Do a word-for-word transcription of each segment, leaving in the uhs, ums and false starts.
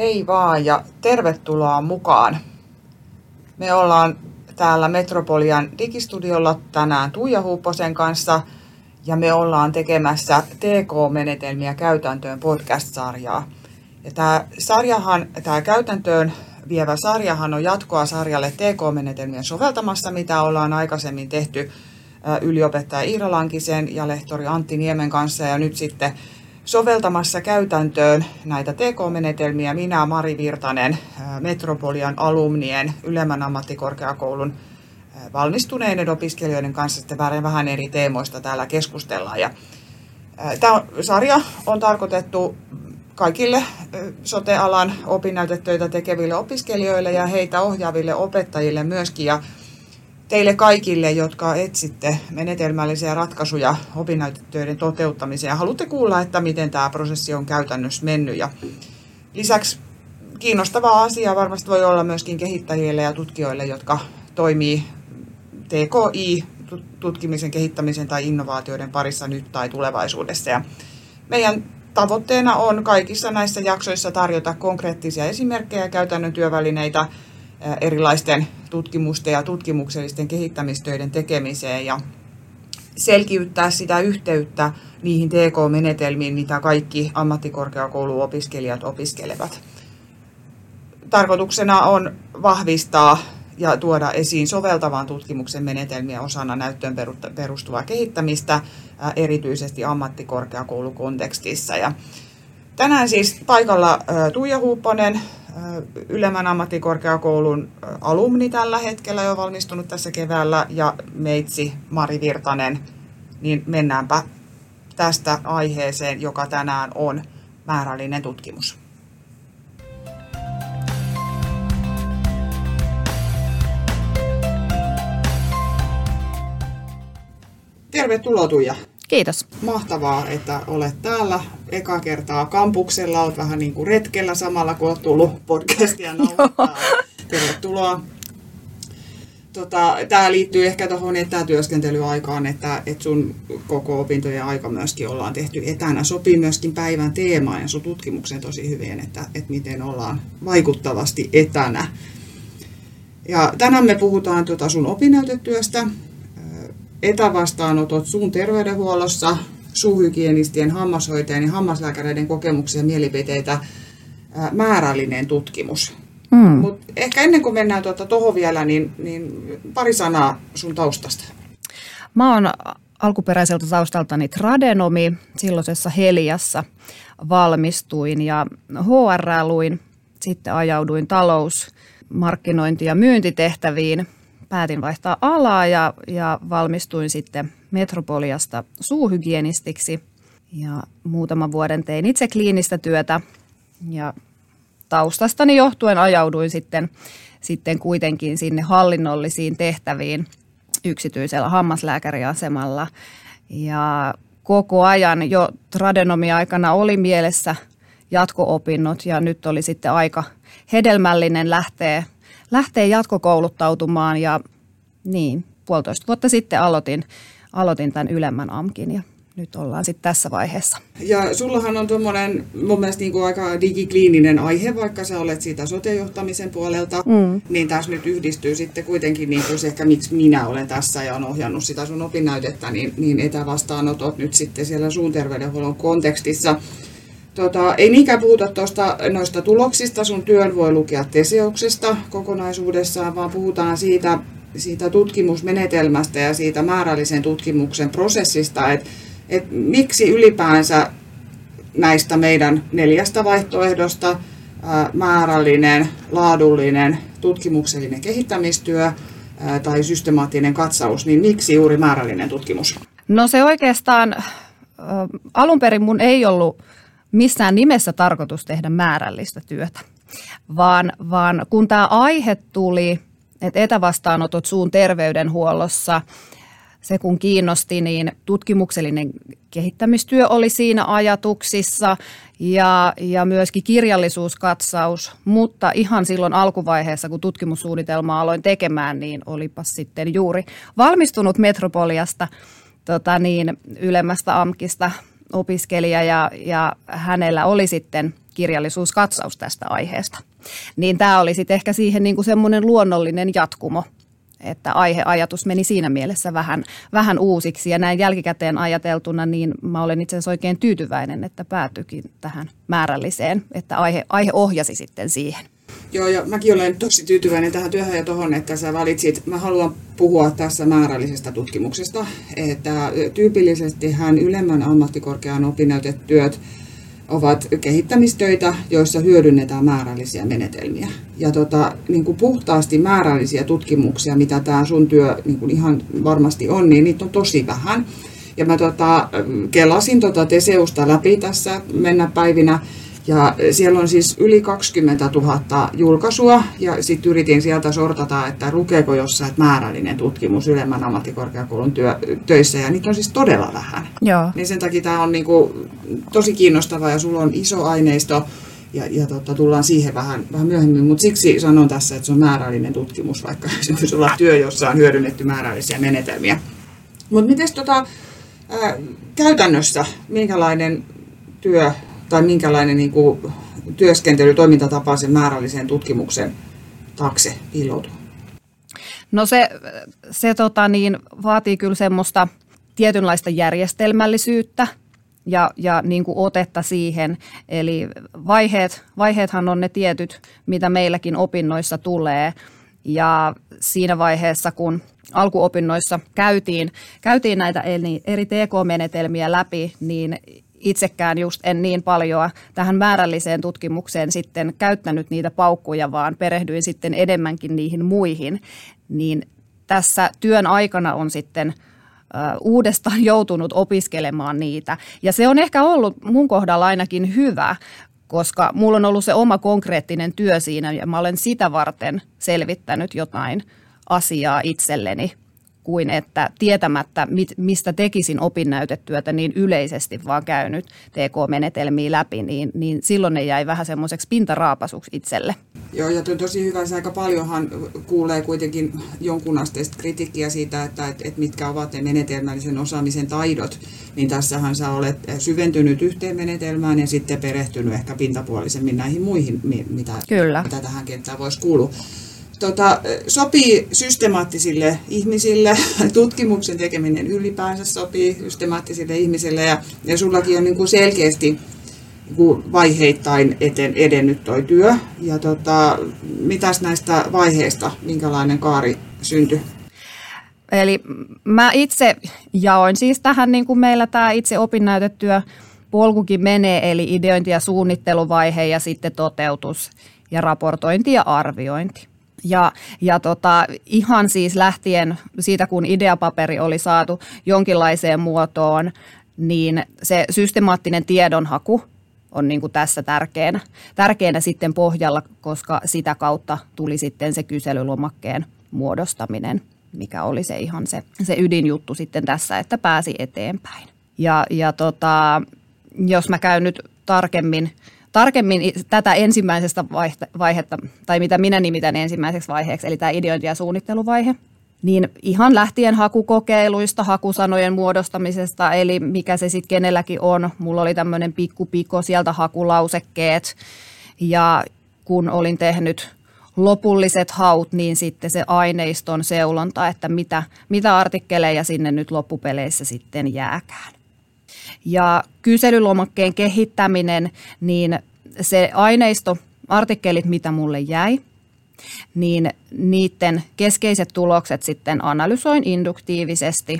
Hei vaan ja tervetuloa mukaan. Me ollaan täällä Metropolian digistudiolla tänään Tuija Huupposen kanssa ja me ollaan tekemässä T K-menetelmiä käytäntöön podcast-sarjaa. Ja tämä sarjahan, tämä käytäntöön vievä sarjahan on jatkoa sarjalle T K-menetelmien soveltamassa, mitä ollaan aikaisemmin tehty yliopettaja Iira Lankisen ja lehtori Antti Niemen kanssa ja nyt sitten soveltamassa käytäntöön näitä T K-menetelmiä minä, Mari Virtanen, Metropolian alumnien, ylemmän ammattikorkeakoulun valmistuneiden opiskelijoiden kanssa sitten vähän eri teemoista täällä keskustellaan. Ja tämä sarja on tarkoitettu kaikille sote-alan opinnäytetöitä tekeville opiskelijoille ja heitä ohjaaville opettajille myöskin. Ja teille kaikille, jotka etsitte menetelmällisiä ratkaisuja opinnäytetöiden toteuttamiseen ja haluatte kuulla, että miten tämä prosessi on käytännössä mennyt. Ja lisäksi kiinnostavaa asiaa varmasti voi olla myöskin kehittäjille ja tutkijoille, jotka toimii T K I-tutkimisen, kehittämisen tai innovaatioiden parissa nyt tai tulevaisuudessa. Ja meidän tavoitteena on kaikissa näissä jaksoissa tarjota konkreettisia esimerkkejä ja käytännön työvälineitä erilaisten tutkimusten ja tutkimuksellisten kehittämistöiden tekemiseen ja selkiyttää sitä yhteyttä niihin T K-menetelmiin, mitä kaikki ammattikorkeakouluopiskelijat opiskelevat. Tarkoituksena on vahvistaa ja tuoda esiin soveltavan tutkimuksen menetelmiä osana näyttöön perustuvaa kehittämistä, erityisesti ammattikorkeakoulukontekstissa. Ja tänään siis paikalla Tuija Huupponen, ylemmän ammattikorkeakoulun alumni tällä hetkellä, jo valmistunut tässä keväällä, ja meitsi Mari Virtanen, niin mennäänpä tästä aiheeseen, joka tänään on määrällinen tutkimus. Tervetuloa Tuija. Kiitos. Mahtavaa, että olet täällä eka kertaa kampuksella. Olet vähän niin kuin retkellä samalla, kun olet tullut podcastia nauhoittaa. Tervetuloa. Tota, tämä liittyy ehkä tuohon etätyöskentelyaikaan, että, että sun koko opintojen aika myöskin ollaan tehty etänä. Sopii myöskin päivän teemaan ja sun tutkimuksen tosi hyvin, että, että miten ollaan vaikuttavasti etänä. Ja tänään me puhutaan tuota sun opinnäytetyöstä. Etävastaanotot suun terveydenhuollossa, suuhygienistien, hammashoitajien ja hammaslääkäreiden kokemuksia ja mielipiteitä, ää, määrällinen tutkimus. Mm. Mut ehkä ennen kuin mennään tuota tuohon vielä, niin, niin pari sanaa sun taustasta. Mä oon alkuperäiseltä taustaltani tradenomi, silloisessa Heliassa valmistuin ja H R luin, sitten ajauduin talous-, markkinointi- ja myyntitehtäviin. Päätin vaihtaa alaa ja, ja valmistuin sitten Metropoliasta suuhygienistiksi ja muutaman vuoden tein itse kliinistä työtä ja taustastani johtuen ajauduin sitten, sitten kuitenkin sinne hallinnollisiin tehtäviin yksityisellä hammaslääkäriasemalla ja koko ajan jo tradenomia-aikana oli mielessä jatko-opinnot ja nyt oli sitten aika hedelmällinen lähteä lähtee jatkokouluttautumaan ja niin, puolitoista vuotta sitten aloitin, aloitin tämän ylemmän AMKin ja nyt ollaan sitten tässä vaiheessa. Ja sullahan on tuommoinen mun mielestä niin kuin aika digikliininen aihe, vaikka sä olet siitä sote-johtamisen puolelta, mm. niin tässä nyt yhdistyy sitten kuitenkin niin kuin se ehkä miksi minä olen tässä ja olen ohjannut sitä sun opinnäytettä, niin, niin etävastaanotot nyt sitten siellä suun terveydenhuollon kontekstissa. Tota, ei niinkään puhuta tuosta, noista tuloksista, sun työn voi lukea Teseuksesta kokonaisuudessaan, vaan puhutaan siitä, siitä tutkimusmenetelmästä ja siitä määrällisen tutkimuksen prosessista, että et miksi ylipäänsä näistä meidän neljästä vaihtoehdosta ää, määrällinen, laadullinen, tutkimuksellinen kehittämistyö ää, tai systemaattinen katsaus, niin miksi juuri määrällinen tutkimus? No se oikeastaan ä, alun perin mun ei ollut missään nimessä tarkoitus tehdä määrällistä työtä, vaan, vaan kun tämä aihe tuli, että etävastaanotot suun terveydenhuollossa, se kun kiinnosti, niin tutkimuksellinen kehittämistyö oli siinä ajatuksissa ja, ja myöskin kirjallisuuskatsaus, mutta ihan silloin alkuvaiheessa, kun tutkimussuunnitelmaa aloin tekemään, niin olipas sitten juuri valmistunut Metropoliasta tota niin, ylemmästä AMKista opiskelija ja, ja hänellä oli sitten kirjallisuuskatsaus tästä aiheesta. Niin tämä oli sitten ehkä siihen niin kuin semmoinen luonnollinen jatkumo, että aiheajatus meni siinä mielessä vähän, vähän uusiksi. Ja näin jälkikäteen ajateltuna, niin mä olen itse asiassa oikein tyytyväinen, että päätyikin tähän määrälliseen, että aihe, aihe ohjasi sitten siihen. Joo, ja mäkin olen tosi tyytyväinen tähän työhön ja tuohon, että sä valitsit. Mä haluan puhua tässä määrällisestä tutkimuksesta, että tyypillisestihän ylemmän ammattikorkean opinnäytetyöt ovat kehittämistöitä, joissa hyödynnetään määrällisiä menetelmiä. Ja tota, niin kuin puhtaasti määrällisiä tutkimuksia, mitä tämä sun työ niin kuin ihan varmasti on, niin niitä on tosi vähän. Ja mä tota, kelasin tota Teseusta läpi tässä mennä päivinä. Ja siellä on siis yli kaksikymmentätuhatta julkaisua, ja sitten yritin sieltä sortata, että lukeeko jossain määrällinen tutkimus ylemmän ammattikorkeakoulun työ, töissä, ja niitä on siis todella vähän. Joo. Niin sen takia tämä on niinku tosi kiinnostava, ja sulla on iso aineisto, ja, ja tota, tullaan siihen vähän, vähän myöhemmin, mutta siksi sanon tässä, että se on määrällinen tutkimus, vaikka se voisi olla työ, jossa on hyödynnetty määrällisiä menetelmiä. Mutta miten tota, ää, käytännössä, minkälainen työ tai minkälainen niin kuin, työskentely, toimintatapa sen määrällisen tutkimuksen taakse piiloutuu? No se, se tota niin, vaatii kyllä semmoista tietynlaista järjestelmällisyyttä ja, ja niin kuin otetta siihen. Eli vaiheet, vaiheethan on ne tietyt, mitä meilläkin opinnoissa tulee. Ja siinä vaiheessa, kun alkuopinnoissa käytiin, käytiin näitä eri T K-menetelmiä läpi, niin itsekään just en niin paljon tähän määrälliseen tutkimukseen sitten käyttänyt niitä paukkuja, vaan perehdyin sitten enemmänkin niihin muihin. Niin tässä työn aikana on sitten uudestaan joutunut opiskelemaan niitä. Ja se on ehkä ollut mun kohdalla ainakin hyvä, koska mulla on ollut se oma konkreettinen työ siinä ja mä olen sitä varten selvittänyt jotain asiaa itselleni, kuin että tietämättä, mistä tekisin opinnäytetyötä niin yleisesti vaan käynyt T K-menetelmiä läpi, niin, niin silloin ne jäi vähän semmoiseksi pintaraapasuksi itselle. Joo, ja tosi hyvä. Se aika paljonhan kuulee kuitenkin jonkunasteista kritiikkiä siitä, että, että, että mitkä ovat ne menetelmällisen osaamisen taidot. Niin tässähän sä olet syventynyt yhteen menetelmään ja sitten perehtynyt ehkä pintapuolisemmin näihin muihin, mitä, mitä tähän kenttään voisi kuulua. Tota, sopii systemaattisille ihmisille, tutkimuksen tekeminen ylipäänsä sopii systemaattisille ihmisille ja, ja sullakin on niin kuin selkeästi niin kuin vaiheittain eten, edennyt toi työ. Ja tota, mitäs näistä vaiheista, minkälainen kaari syntyi? Eli mä itse jaoin siis tähän, niin kuin meillä tämä itse opinnäytetyö polkukin menee, eli ideointi- ja suunnitteluvaihe ja sitten toteutus ja raportointi ja arviointi. Ja, ja tota, ihan siis lähtien siitä, kun ideapaperi oli saatu jonkinlaiseen muotoon, niin se systemaattinen tiedonhaku on niin kuin tässä tärkeänä, tärkeänä sitten pohjalla, koska sitä kautta tuli sitten se kyselylomakkeen muodostaminen, mikä oli se ihan se, se ydinjuttu sitten tässä, että pääsi eteenpäin. Ja, ja tota, jos mä käyn nyt tarkemmin, tarkemmin tätä ensimmäisestä vaihetta, tai mitä minä nimitän ensimmäiseksi vaiheeksi, eli tämä ideointi- ja suunnitteluvaihe, niin ihan lähtien hakukokeiluista, hakusanojen muodostamisesta, eli mikä se sitten kenelläkin on. Mulla oli tämmöinen pikkupiko, sieltä hakulausekkeet, ja kun olin tehnyt lopulliset haut, niin sitten se aineiston seulonta, että mitä, mitä artikkeleja sinne nyt loppupeleissä sitten jääkään. Ja kyselylomakkeen kehittäminen, niin se aineisto, artikkelit, mitä mulle jäi, niin niiden keskeiset tulokset sitten analysoin induktiivisesti.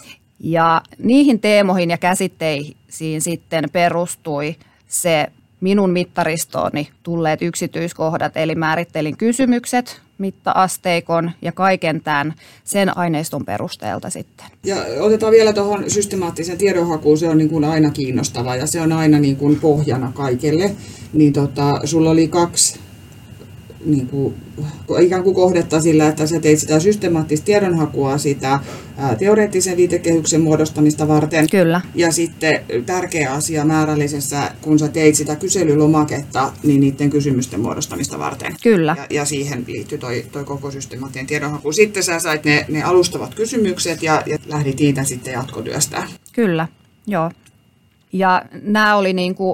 Ja niihin teemoihin ja käsitteisiin sitten perustui se minun mittaristooni tulleet yksityiskohdat, eli määrittelin kysymykset, mitta-asteikon ja kaiken tämän sen aineiston perusteelta sitten. Ja otetaan vielä tuohon systemaattisen tiedonhakuun, se on niin kuin aina kiinnostava ja se on aina niin kuin pohjana kaikelle. Niin tota, sulla oli kaksi niin kuin, ikään kuin kohdetta sillä, että sä teit sitä systemaattista tiedonhakua sitä ää, teoreettisen viitekehyksen muodostamista varten. Kyllä. Ja sitten tärkeä asia määrällisessä, kun sä teit sitä kyselylomaketta, niin niiden kysymysten muodostamista varten. Kyllä. Ja, ja siihen liittyy toi, toi koko systemaattinen tiedonhaku. Sitten sä sait ne, ne alustavat kysymykset ja, ja lähdit niitä sitten jatkotyöstään. Kyllä, joo. Ja nämä oli niin kuin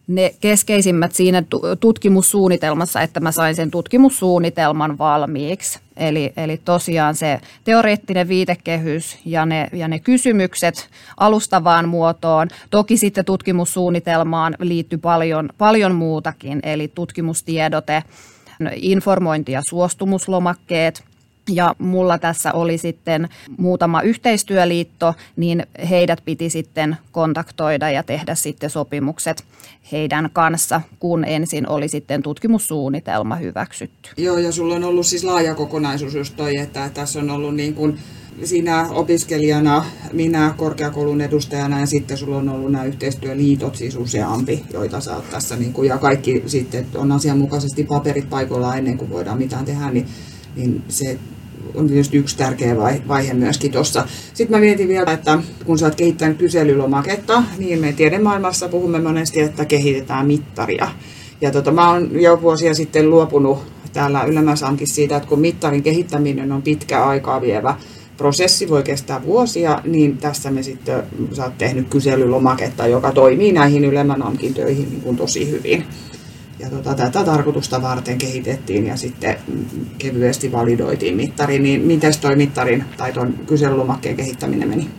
ne keskeisimmät siinä tutkimussuunnitelmassa, että mä sain sen tutkimussuunnitelman valmiiksi. Eli, eli tosiaan se teoreettinen viitekehys ja ne, ja ne kysymykset alustavaan muotoon. Toki sitten tutkimussuunnitelmaan liittyy paljon, paljon muutakin, eli tutkimustiedote, informointi- ja suostumuslomakkeet. Ja mulla tässä oli sitten muutama yhteistyöliitto, niin heidät piti sitten kontaktoida ja tehdä sitten sopimukset heidän kanssa, kun ensin oli sitten tutkimussuunnitelma hyväksytty. Joo, ja sulla on ollut siis laaja kokonaisuus just toi, että tässä on ollut niin kuin sinä opiskelijana, minä korkeakoulun edustajana ja sitten sulla on ollut nämä yhteistyöliitot, siis useampi, joita sä oot tässä, niin kuin, ja kaikki sitten on asianmukaisesti paperit paikoillaan ennen kuin voidaan mitään tehdä, niin, niin se on tietysti yksi tärkeä vaihe myöskin tuossa. Sitten mä mietin vielä, että kun sä oot kehittänyt kyselylomaketta, niin me tiedemaailmassa puhumme monesti, että kehitetään mittaria. Ja tota, mä oon jo vuosia sitten luopunut täällä Ylämässäkin siitä, että kun mittarin kehittäminen on pitkä aikaa vievä prosessi, voi kestää vuosia, niin tässä me sitten, sä oot tehnyt kyselylomaketta, joka toimii näihin Ylämässäkin töihin niin kuin tosi hyvin. Ja tota, tätä tarkoitusta varten kehitettiin ja sitten kevyesti validoitiin mittari. Niin miten toi mittarin tai tuon kyselylomakkeen kehittäminen meni?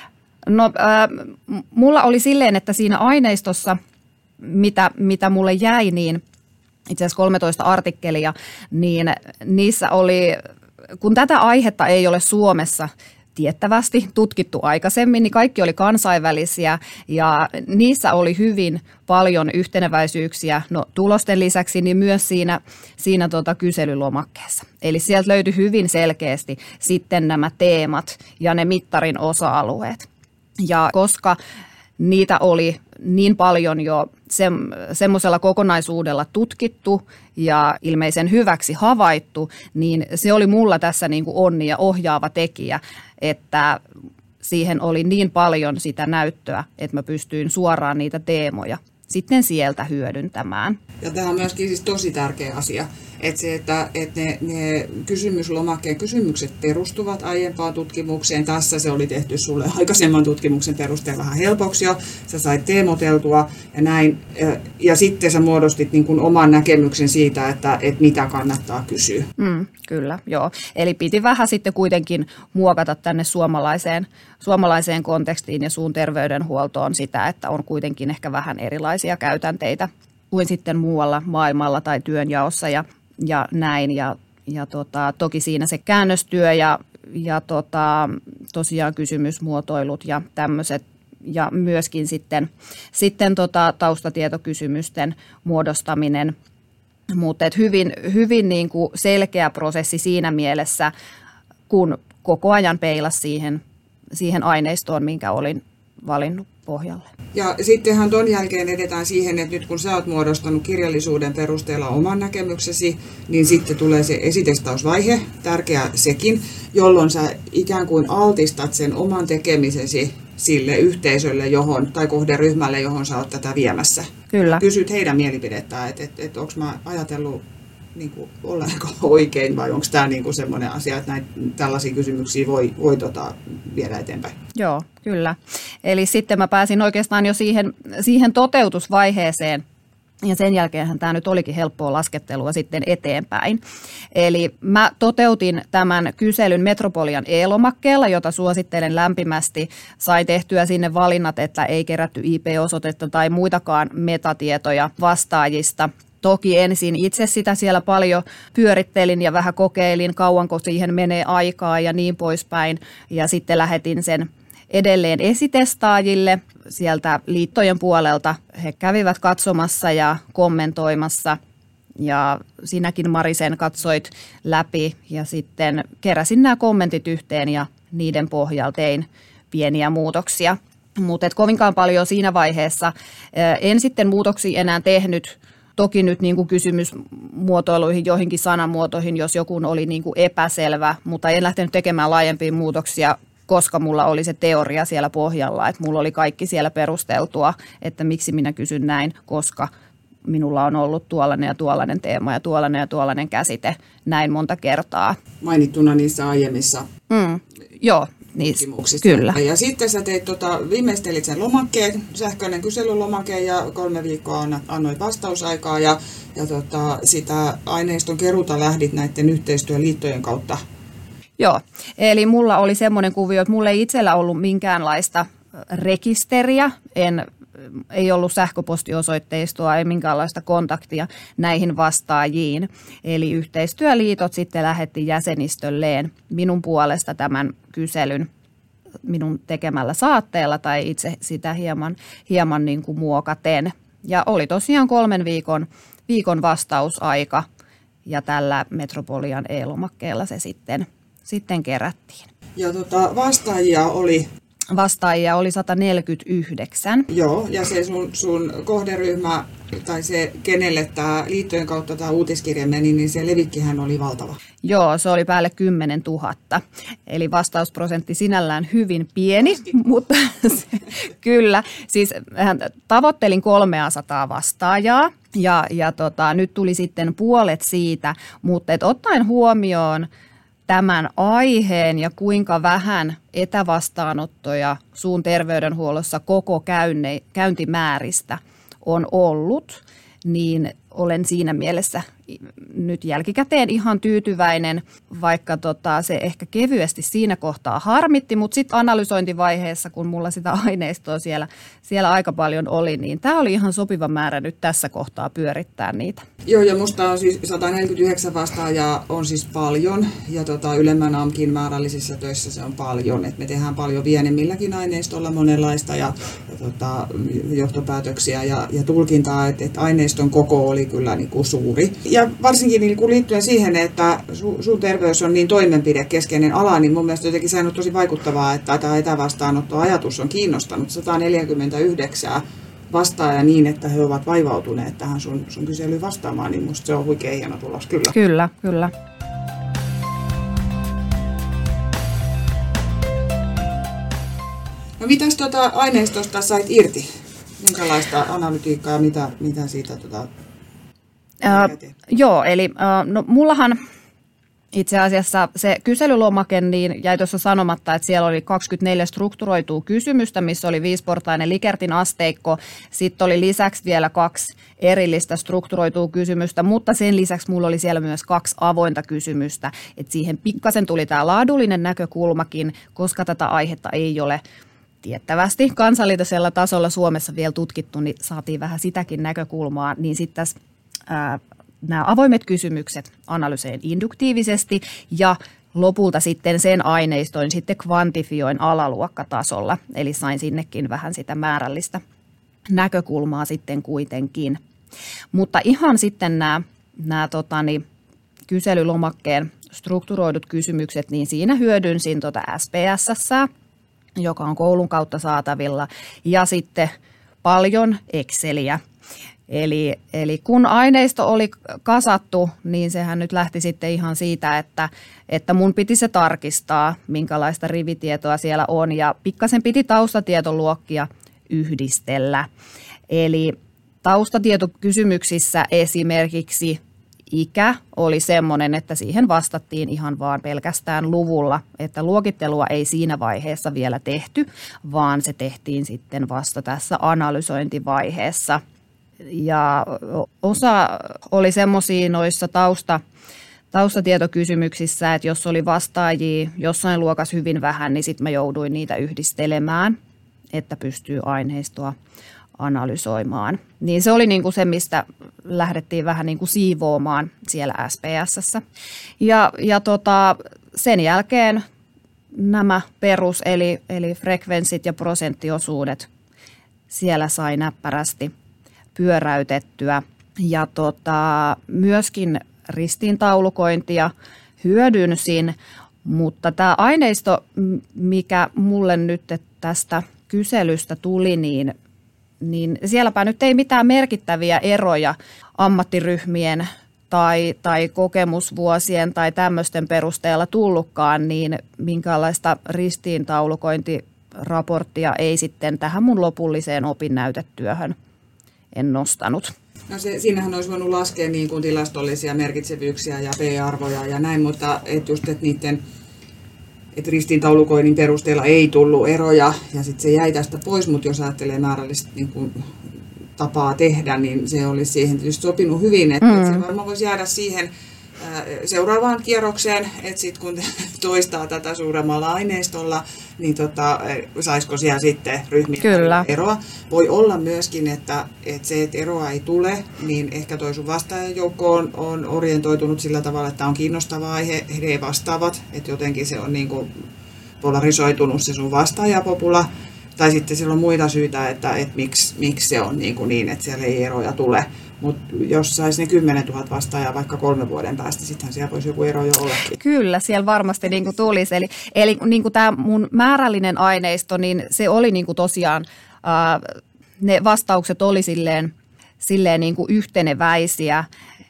No äh, mulla oli silleen, että siinä aineistossa, mitä, mitä mulle jäi, niin itse asiassa kolmetoista artikkelia, niin niissä oli, kun tätä aihetta ei ole Suomessa tiettävästi tutkittu aikaisemmin, niin kaikki oli kansainvälisiä ja niissä oli hyvin paljon yhteneväisyyksiä no, tulosten lisäksi niin myös siinä, siinä tota kyselylomakkeessa. Eli sieltä löytyi hyvin selkeästi sitten nämä teemat ja ne mittarin osa-alueet. Ja koska niitä oli niin paljon jo se, semmoisella kokonaisuudella tutkittu ja ilmeisen hyväksi havaittu, niin se oli mulla tässä niin kuin onni ja ohjaava tekijä, että siihen oli niin paljon sitä näyttöä, että mä pystyin suoraan niitä teemoja sitten sieltä hyödyntämään. Ja tämä on myöskin siis tosi tärkeä asia, että se, että, että ne, ne kysymyslomakkeen kysymykset perustuvat aiempaan tutkimukseen. Tässä se oli tehty sulle aikaisemman tutkimuksen perusteella vähän helpoksi jo. Sä sait teemoteltua ja näin. Ja, ja sitten sä muodostit niin kuin oman näkemyksen siitä, että, että mitä kannattaa kysyä. Mm, kyllä, joo. Eli piti vähän sitten kuitenkin muokata tänne suomalaiseen, suomalaiseen kontekstiin ja suun terveydenhuoltoon sitä, että on kuitenkin ehkä vähän erilaisia käytänteitä kuin sitten muualla maailmalla tai työnjaossa ja, ja näin. Ja, ja tota, toki siinä se käännöstyö ja, ja tota, tosiaan kysymysmuotoilut ja tämmöiset ja myöskin sitten, sitten tota, taustatietokysymysten muodostaminen. Mutta hyvin, hyvin niin kuin selkeä prosessi siinä mielessä, kun koko ajan peilasi siihen, siihen aineistoon, minkä olin valinnut pohjalle. Ja sittenhän ton jälkeen edetään siihen, että nyt kun sä oot muodostanut kirjallisuuden perusteella oman näkemyksesi, niin sitten tulee se esitestausvaihe, tärkeä sekin, jolloin sä ikään kuin altistat sen oman tekemisesi sille yhteisölle johon, tai kohderyhmälle, johon sä oot tätä viemässä. Kyllä. Kysyt heidän mielipidettään, että et, et, onko mä ajatellut niin kuin, ollenko oikein vai onko tämä niin kuin semmoinen asia, että näitä tällaisia kysymyksiä voi, voi tota, viedä eteenpäin. Joo, kyllä. Eli sitten mä pääsin oikeastaan jo siihen, siihen toteutusvaiheeseen. Ja sen jälkeenhän tämä nyt olikin helppoa laskettelua sitten eteenpäin. Eli mä toteutin tämän kyselyn Metropolian e-lomakkeella, jota suosittelen lämpimästi. Sai tehtyä sinne valinnat, että ei kerätty I P-osoitetta tai muitakaan metatietoja vastaajista. Toki ensin itse sitä siellä paljon pyörittelin ja vähän kokeilin, kauanko siihen menee aikaa ja niin poispäin. Ja sitten lähetin sen edelleen esitestaajille sieltä liittojen puolelta. He kävivät katsomassa ja kommentoimassa ja sinäkin Marisen katsoit läpi ja sitten keräsin nämä kommentit yhteen ja niiden pohjalta tein pieniä muutoksia. Mutta kovinkaan paljon siinä vaiheessa en sitten muutoksia enää tehnyt. Toki nyt niin kuin kysymysmuotoiluihin, joihinkin sanamuotoihin, jos joku oli niin kuin epäselvä, mutta en lähtenyt tekemään laajempia muutoksia, koska mulla oli se teoria siellä pohjalla, että mulla oli kaikki siellä perusteltua, että miksi minä kysyn näin, koska minulla on ollut tuollainen ja tuollainen teema ja tuollainen ja tuollainen käsite näin monta kertaa. Mainittuna niissä aiemmissa. Mm, joo, Niin, tutkimuksista. kyllä. Ja sitten sä teit, tota, viimeistelit sen lomakkeen, sähköinen kyselylomake ja kolme viikkoa annoit vastausaikaa ja, ja tota, sitä aineiston keruuta lähdit näiden yhteistyöliittojen kautta. Joo, eli mulla oli semmoinen kuvio, että mulla ei itsellä ollut minkäänlaista rekisteriä, en, ei ollut sähköpostiosoitteistoa, ei minkäänlaista kontaktia näihin vastaajiin. Eli yhteistyöliitot sitten lähetti jäsenistölleen minun puolesta tämän kyselyn minun tekemällä saatteella tai itse sitä hieman, hieman niin kuin muokaten. Ja oli tosiaan kolmen viikon, viikon vastausaika ja tällä Metropolian e-lomakkeella se sitten, sitten kerättiin. Ja tota, vastaajia oli... Vastaajia oli sata neljäkymmentäyhdeksän. Joo, ja se sun, sun kohderyhmä, tai se kenelle tämä liittojen kautta tämä uutiskirja meni, niin se levikkihän oli valtava. Joo, se oli päälle kymmenen tuhatta. Eli vastausprosentti sinällään hyvin pieni, Laskitko? Mutta se, kyllä. Siis tavoittelin kolmesataa vastaajaa, ja, ja tota, nyt tuli sitten puolet siitä, mutta et ottaen huomioon tämän aiheen ja kuinka vähän etävastaanottoja suun terveydenhuollossa koko käynne, käyntimääristä on ollut, niin olen siinä mielessä nyt jälkikäteen ihan tyytyväinen, vaikka tota, se ehkä kevyesti siinä kohtaa harmitti, mutta sitten analysointivaiheessa, kun mulla sitä aineistoa siellä, siellä aika paljon oli, niin tämä oli ihan sopiva määrä nyt tässä kohtaa pyörittää niitä. Joo, ja musta on siis sata neljäkymmentäyhdeksän vastaajaa on siis paljon, ja tota, ylemmän A M K:n määrällisessä töissä se on paljon, että me tehdään paljon pienemmilläkin aineistolla monenlaista ja, ja tota, johtopäätöksiä ja, ja tulkintaa, että, että aineiston koko oli kyllä niin kuin suuri. Ja varsinkin niin kuin liittyen siihen, että su, suun terveys on niin toimenpidekeskeinen ala, niin mun mielestä jotenkin sehän on tosi vaikuttavaa, että tämä etävastaanottoajatus on kiinnostanut sata neljäkymmentäyhdeksän vastaaja niin, että he ovat vaivautuneet tähän sun, sun kyselyyn vastaamaan, niin musta se on huikea hieno tulos, kyllä. Kyllä, kyllä. No mitäs tuota aineistosta sait irti? Minkälaista analytiikkaa ja mitä, mitä siitä tuota, Äh, joo, eli äh, no, mullahan itse asiassa se kyselylomake niin jäi tuossa sanomatta, että siellä oli kaksikymmentäneljä strukturoitua kysymystä, missä oli viisiportainen Likert-in asteikko. Sitten oli lisäksi vielä kaksi erillistä strukturoitua kysymystä, mutta sen lisäksi mulla oli siellä myös kaksi avointa kysymystä. Et siihen pikkasen tuli tämä laadullinen näkökulmakin, koska tätä aihetta ei ole tiettävästi kansallisella tasolla Suomessa vielä tutkittu, niin saatiin vähän sitäkin näkökulmaa, niin sitten tässä ää, nämä avoimet kysymykset analysein induktiivisesti ja lopulta sitten sen aineistoin sitten kvantifioin alaluokkatasolla, eli sain sinnekin vähän sitä määrällistä näkökulmaa sitten kuitenkin. Mutta ihan sitten nämä, nämä totani, kyselylomakkeen strukturoidut kysymykset, niin siinä hyödynsin tuota S P S, joka on koulun kautta saatavilla, ja sitten paljon Exceliä. Eli, eli kun aineisto oli kasattu, niin sehän nyt lähti sitten ihan siitä, että, että mun piti se tarkistaa, minkälaista rivitietoa siellä on, ja pikkasen piti taustatietoluokkia yhdistellä. Eli taustatietokysymyksissä esimerkiksi ikä oli semmoinen, että siihen vastattiin ihan vaan pelkästään luvulla, että luokittelua ei siinä vaiheessa vielä tehty, vaan se tehtiin sitten vasta tässä analysointivaiheessa. Ja osa oli semmoisia noissa tausta, taustatietokysymyksissä, että jos oli vastaajia jossain luokassa hyvin vähän, niin sitten mä jouduin niitä yhdistelemään, että pystyy aineistoa analysoimaan. Niin se oli niinku se, mistä lähdettiin vähän niinku siivoamaan siellä S P S:ssä. Ja, ja tota, sen jälkeen nämä perus, eli, eli frekvenssit ja prosenttiosuudet siellä sai näppärästi pyöräytettyä. Ja tota, myöskin ristiintaulukointia hyödynsin, mutta tämä aineisto, mikä mulle nyt tästä kyselystä tuli, niin niin sielläpä nyt ei mitään merkittäviä eroja ammattiryhmien tai, tai kokemusvuosien tai tämmöisten perusteella tullutkaan, niin minkäänlaista ristiintaulukointiraporttia ei sitten tähän mun lopulliseen opinnäytetyöhön en nostanut. No se, siinähän olisi voinut laskea niin kuin tilastollisia merkitsevyyksiä ja P-arvoja ja näin, mutta et just, että niiden että ristiintaulukoinnin perusteella ei tullut eroja ja sitten se jäi tästä pois, mutta jos ajattelee määrällistä niin kuin tapaa tehdä, niin se olisi siihen tietysti sopinut hyvin, että mm. se varmaan voisi jäädä siihen seuraavaan kierrokseen, että sitten kun toistaa tätä suuremmalla aineistolla, niin tota, saisiko siellä sitten ryhmien Kyllä. eroa. Voi olla myöskin, että, että se, että eroa ei tule, niin ehkä toi sun vastaajajoukko on, on orientoitunut sillä tavalla, että on kiinnostava aihe, he vastaavat, että jotenkin se on niin kuin polarisoitunut se sun vastaajapopula, tai sitten siellä on muita syitä, että, että miksi, miksi se on niin, kuin niin, että siellä ei eroja tule. Mutta jos saisi ne kymmenen tuhatta vastaajaa vaikka kolmen vuoden päästä, sittenhän siellä voisi joku ero jo ollakin. Kyllä, siellä varmasti niin kuin tulisi. Eli, eli niin kuin tämä mun määrällinen aineisto, niin se oli niin kuin tosiaan, ää, ne vastaukset oli silleen, silleen niin kuin yhteneväisiä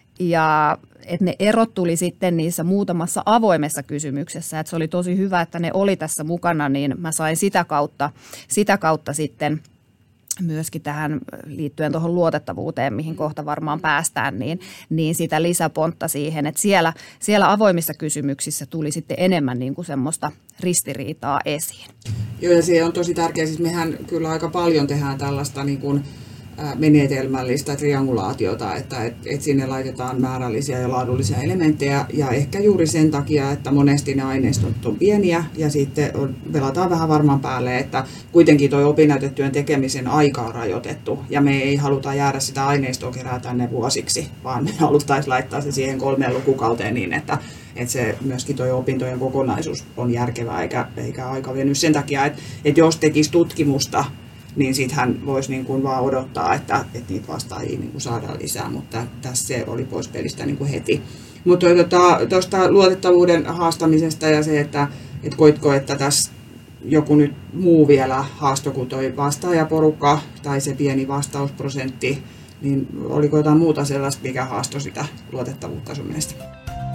ja että ne erot tuli sitten niissä muutamassa avoimessa kysymyksessä. Että se oli tosi hyvä, että ne oli tässä mukana, niin mä sain sitä kautta, sitä kautta sitten myöskin tähän liittyen tuohon luotettavuuteen, mihin kohta varmaan päästään, niin, niin sitä lisäpontta siihen, että siellä, siellä avoimissa kysymyksissä tuli sitten enemmän niin kuin semmoista ristiriitaa esiin. Joo, ja se on tosi tärkeää. Siis mehän kyllä aika paljon tehdään tällaista niin kuin menetelmällistä triangulaatiota, että et, et sinne laitetaan määrällisiä ja laadullisia elementtejä, ja ehkä juuri sen takia, että monesti ne aineistot on pieniä, ja sitten on, pelataan vähän varmaan päälle, että kuitenkin tuo opinnäytetyön tekemisen aika on rajoitettu, ja me ei haluta jäädä sitä aineistoa kerää tänne vuosiksi, vaan me haluttaisiin laittaa se siihen kolmeen lukukauteen niin, että että se myöskin tuo opintojen kokonaisuus on järkevää, eikä, eikä aika veny sen takia, että, että jos tekisi tutkimusta, niin sitten hän voisi niin kuin vaan odottaa, että, että niitä vastaajia niin kuin saadaan lisää, mutta tässä se oli pois pelistä niin kuin heti. Mutta tuosta tota, luotettavuuden haastamisesta ja se, että et koitko, että tässä joku nyt muu vielä haasto kuin tuo vastaajaporukka tai se pieni vastausprosentti, niin oliko jotain muuta sellaista, mikä haastoi sitä luotettavuutta sun mielestä?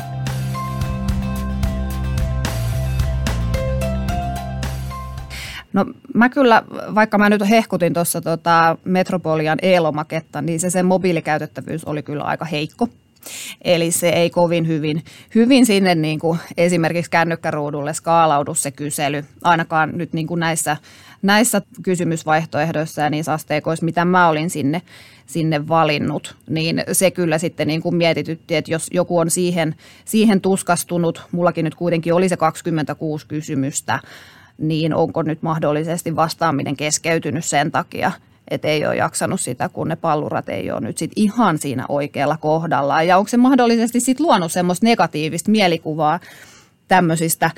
No mä kyllä, vaikka mä nyt hehkutin tuossa tota Metropolian e-lomaketta, niin se sen mobiilikäytettävyys oli kyllä aika heikko. Eli se ei kovin hyvin, hyvin sinne niin kuin esimerkiksi kännykkäruudulle skaalaudu se kysely, ainakaan nyt niin kuin näissä, näissä kysymysvaihtoehdoissa ja niissä asteikoissa, mitä mä olin sinne, sinne valinnut, niin se kyllä sitten niin kuin mietitytti, että jos joku on siihen, siihen tuskastunut, mullakin nyt kuitenkin oli se kaksikymmentäkuusi kysymystä, niin onko nyt mahdollisesti vastaaminen keskeytynyt sen takia, että ei ole jaksanut sitä, kun ne pallurat ei ole nyt sit ihan siinä oikealla kohdallaan. Ja onko se mahdollisesti sit luonut semmoista negatiivista mielikuvaa tämmöisistä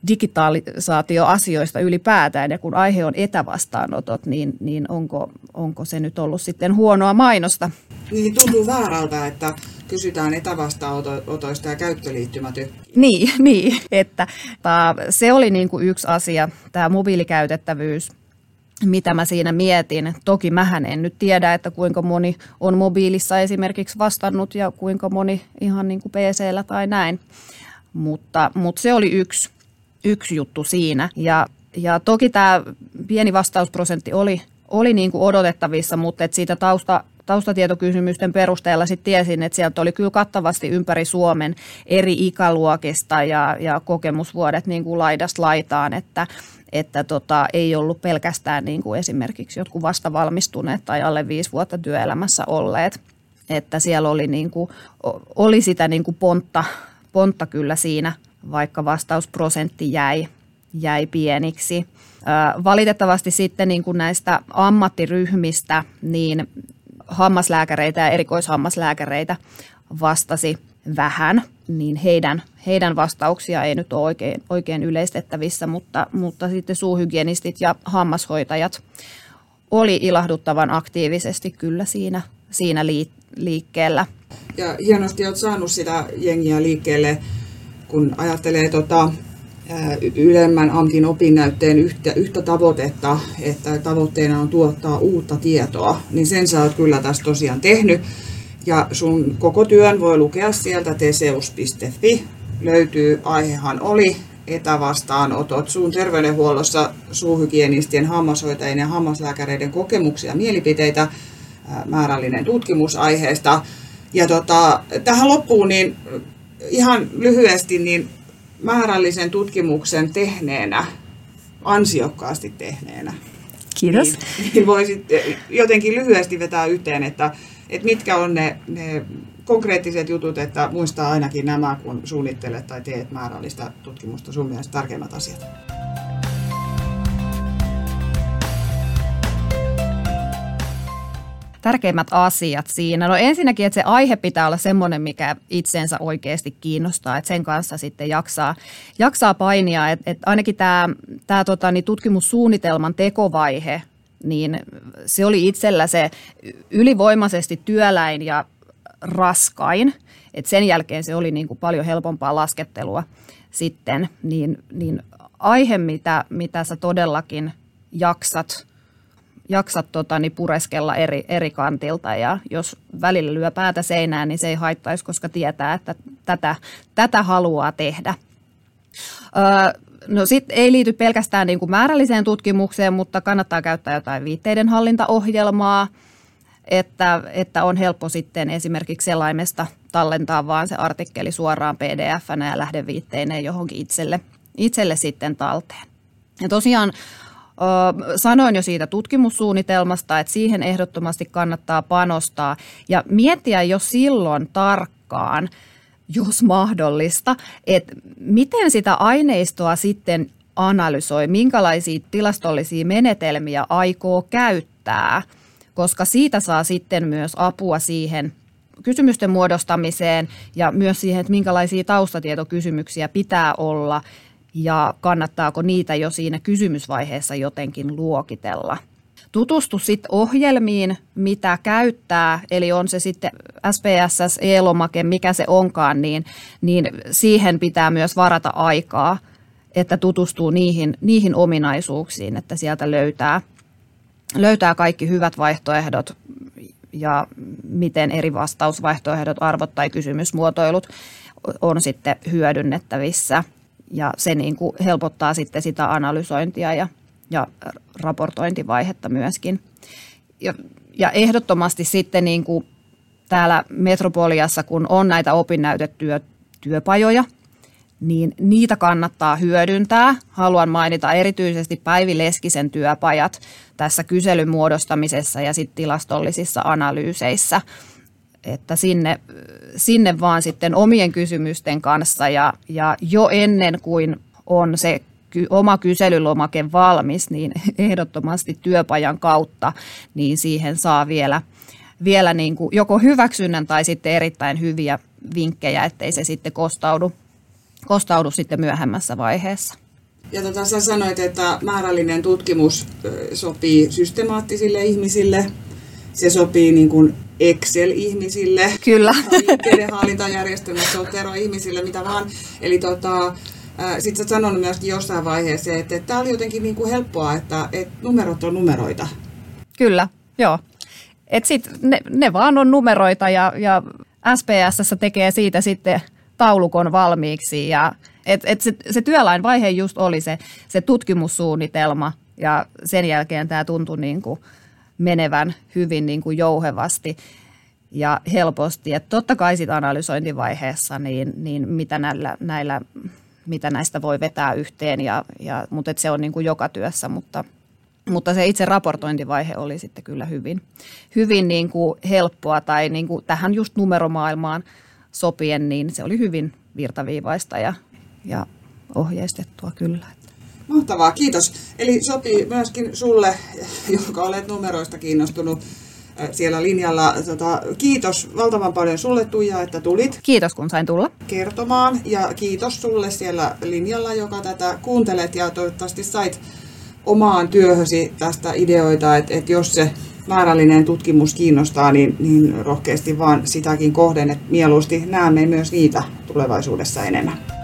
digitalisaatioasioista ylipäätään, ja kun aihe on etävastaanotot, niin, niin onko, onko se nyt ollut sitten huonoa mainosta? Niin tuntuu väärältä, että kysytään etävastaanotoista ja käyttöliittymätön. Niin, niin, että ta, se oli niin kuin yksi asia, tämä mobiilikäytettävyys, mitä mä siinä mietin. Toki mähän en nyt tiedä, että kuinka moni on mobiilissa esimerkiksi vastannut ja kuinka moni ihan niin kuin P C:llä tai näin, mutta, mutta se oli yksi, yksi juttu siinä. Ja, ja toki tämä pieni vastausprosentti oli, oli niin kuin odotettavissa, mutta et siitä tausta Taustatietokysymysten perusteella sitten tiesin, että sieltä oli kyllä kattavasti ympäri Suomen eri ikäluokista ja, ja kokemusvuodet niin kuin laidasta laitaan, että, että tota, ei ollut pelkästään niin kuin esimerkiksi jotkut vastavalmistuneet tai alle viisi vuotta työelämässä olleet, että siellä oli, niin kuin, oli sitä niin kuin pontta, pontta kyllä siinä, vaikka vastausprosentti jäi, jäi pieniksi. Valitettavasti sitten niin kuin näistä ammattiryhmistä, niin hammaslääkäreitä ja erikoishammaslääkäreitä vastasi vähän, niin heidän, heidän vastauksia ei nyt ole oikein, oikein yleistettävissä, mutta, mutta sitten suuhygienistit ja hammashoitajat oli ilahduttavan aktiivisesti kyllä siinä, siinä liikkeellä. Ja hienosti olet saanut sitä jengiä liikkeelle, kun ajattelee tota, ylemmän amkin opinnäytteen yhtä, yhtä tavoitetta, että tavoitteena on tuottaa uutta tietoa, niin sen sä oot kyllä tässä tosiaan tehnyt. Ja sun koko työn voi lukea sieltä teseus piste fi. Löytyy, aihehan oli etävastaanotot suun terveydenhuollossa, suuhygienistien, hammashoitajien ja hammaslääkäreiden kokemuksia ja mielipiteitä, määrällinen tutkimus aiheesta. Ja tota, tähän loppuun niin ihan lyhyesti, niin määrällisen tutkimuksen tehneenä, ansiokkaasti tehneenä, kiitos. Niin, niin voisit jotenkin lyhyesti vetää yhteen, että, että mitkä on ne, ne konkreettiset jutut, että muistaa ainakin nämä, kun suunnittelet tai teet määrällistä tutkimusta, sun mielestä tärkeimmät asiat. Tärkeimmät asiat siinä. No ensinnäkin, että se aihe pitää olla semmoinen, mikä itsensä oikeasti kiinnostaa, että sen kanssa sitten jaksaa, jaksaa painia. Että et ainakin tämä, tämä tota, niin tutkimussuunnitelman tekovaihe, niin se oli itsellä se ylivoimaisesti työläin ja raskain. Että sen jälkeen se oli niin kuin paljon helpompaa laskettelua sitten. Niin, niin aihe, mitä, mitä sä todellakin jaksat, jaksat tota, niin pureskella eri, eri kantilta, ja jos välillä lyö päätä seinään, niin se ei haittaisi, koska tietää, että tätä, tätä haluaa tehdä. Öö, no sitten ei liity pelkästään niin kuin määrälliseen tutkimukseen, mutta kannattaa käyttää jotain viitteiden hallintaohjelmaa, että, että on helppo sitten esimerkiksi selaimesta tallentaa vaan se artikkeli suoraan P D F:nä ja lähdeviitteineen johonkin itselle, itselle sitten talteen. Ja tosiaan sanoin jo siitä tutkimussuunnitelmasta, että siihen ehdottomasti kannattaa panostaa ja miettiä jo silloin tarkkaan, jos mahdollista, että miten sitä aineistoa sitten analysoi, minkälaisia tilastollisia menetelmiä aikoo käyttää, koska siitä saa sitten myös apua siihen kysymysten muodostamiseen ja myös siihen, että minkälaisia taustatietokysymyksiä pitää olla ja kannattaako niitä jo siinä kysymysvaiheessa jotenkin luokitella. Tutustu sitten ohjelmiin, mitä käyttää, eli on se sitten S P S S, e-lomake, mikä se onkaan, niin, niin siihen pitää myös varata aikaa, että tutustuu niihin, niihin ominaisuuksiin, että sieltä löytää, löytää kaikki hyvät vaihtoehdot ja miten eri vastausvaihtoehdot, arvot tai kysymysmuotoilut on sitten hyödynnettävissä. Ja se niin kuin helpottaa sitten sitä analysointia ja, ja raportointivaihetta myöskin. Ja, ja ehdottomasti sitten niin kuin täällä Metropoliassa, kun on näitä opinnäytetyöpajoja, niin niitä kannattaa hyödyntää. Haluan mainita erityisesti Päivi Leskisen työpajat tässä kyselyn muodostamisessa ja sitten tilastollisissa analyyseissä. Että sinne, sinne vaan sitten omien kysymysten kanssa ja, ja jo ennen kuin on se ky, oma kyselylomake valmis, niin ehdottomasti työpajan kautta, niin siihen saa vielä, vielä niin kuin joko hyväksynnän tai sitten erittäin hyviä vinkkejä, ettei se sitten kostaudu, kostaudu sitten myöhemmässä vaiheessa. Ja tota, sä sanoit, että määrällinen tutkimus sopii systemaattisille ihmisille. Se sopii niin kuin Excel-ihmisille, kyllä, hallintajärjestelmät, Zotero-ihmisille, mitä vaan. Eli tota, sitten sä sanonut myöskin jossain vaiheessa, että, että tämä oli jotenkin niin kuin helppoa, että, että numerot on numeroita. Kyllä, joo. Et sit ne, ne vaan on numeroita ja, ja S P S tekee siitä sitten taulukon valmiiksi. Ja, et, et se, se työlain vaihe just oli se, se tutkimussuunnitelma ja sen jälkeen tämä tuntui niin kuin menevän hyvin niin kuin jouhevasti ja helposti. Et totta kai sit analysointivaiheessa, niin, niin mitä, näillä, näillä, mitä näistä voi vetää yhteen, ja, ja, mutta et se on niin kuin joka työssä, mutta, mutta se itse raportointivaihe oli sitten kyllä hyvin, hyvin niin kuin helppoa tai niin kuin tähän just numeromaailmaan sopien, niin se oli hyvin virtaviivaista ja, ja ohjeistettua kyllä. Mahtavaa, kiitos. Eli sopii myöskin sulle, joka olet numeroista kiinnostunut siellä linjalla. Tota, kiitos valtavan paljon sulle, Tuija, että tulit. Kiitos, kun sain tulla kertomaan. Ja kiitos sulle siellä linjalla, joka tätä kuuntelet. Ja toivottavasti sait omaan työhösi tästä ideoita, että, että jos se määrällinen tutkimus kiinnostaa, niin, niin rohkeasti vaan sitäkin kohden, että mieluusti näemme myös niitä tulevaisuudessa enemmän.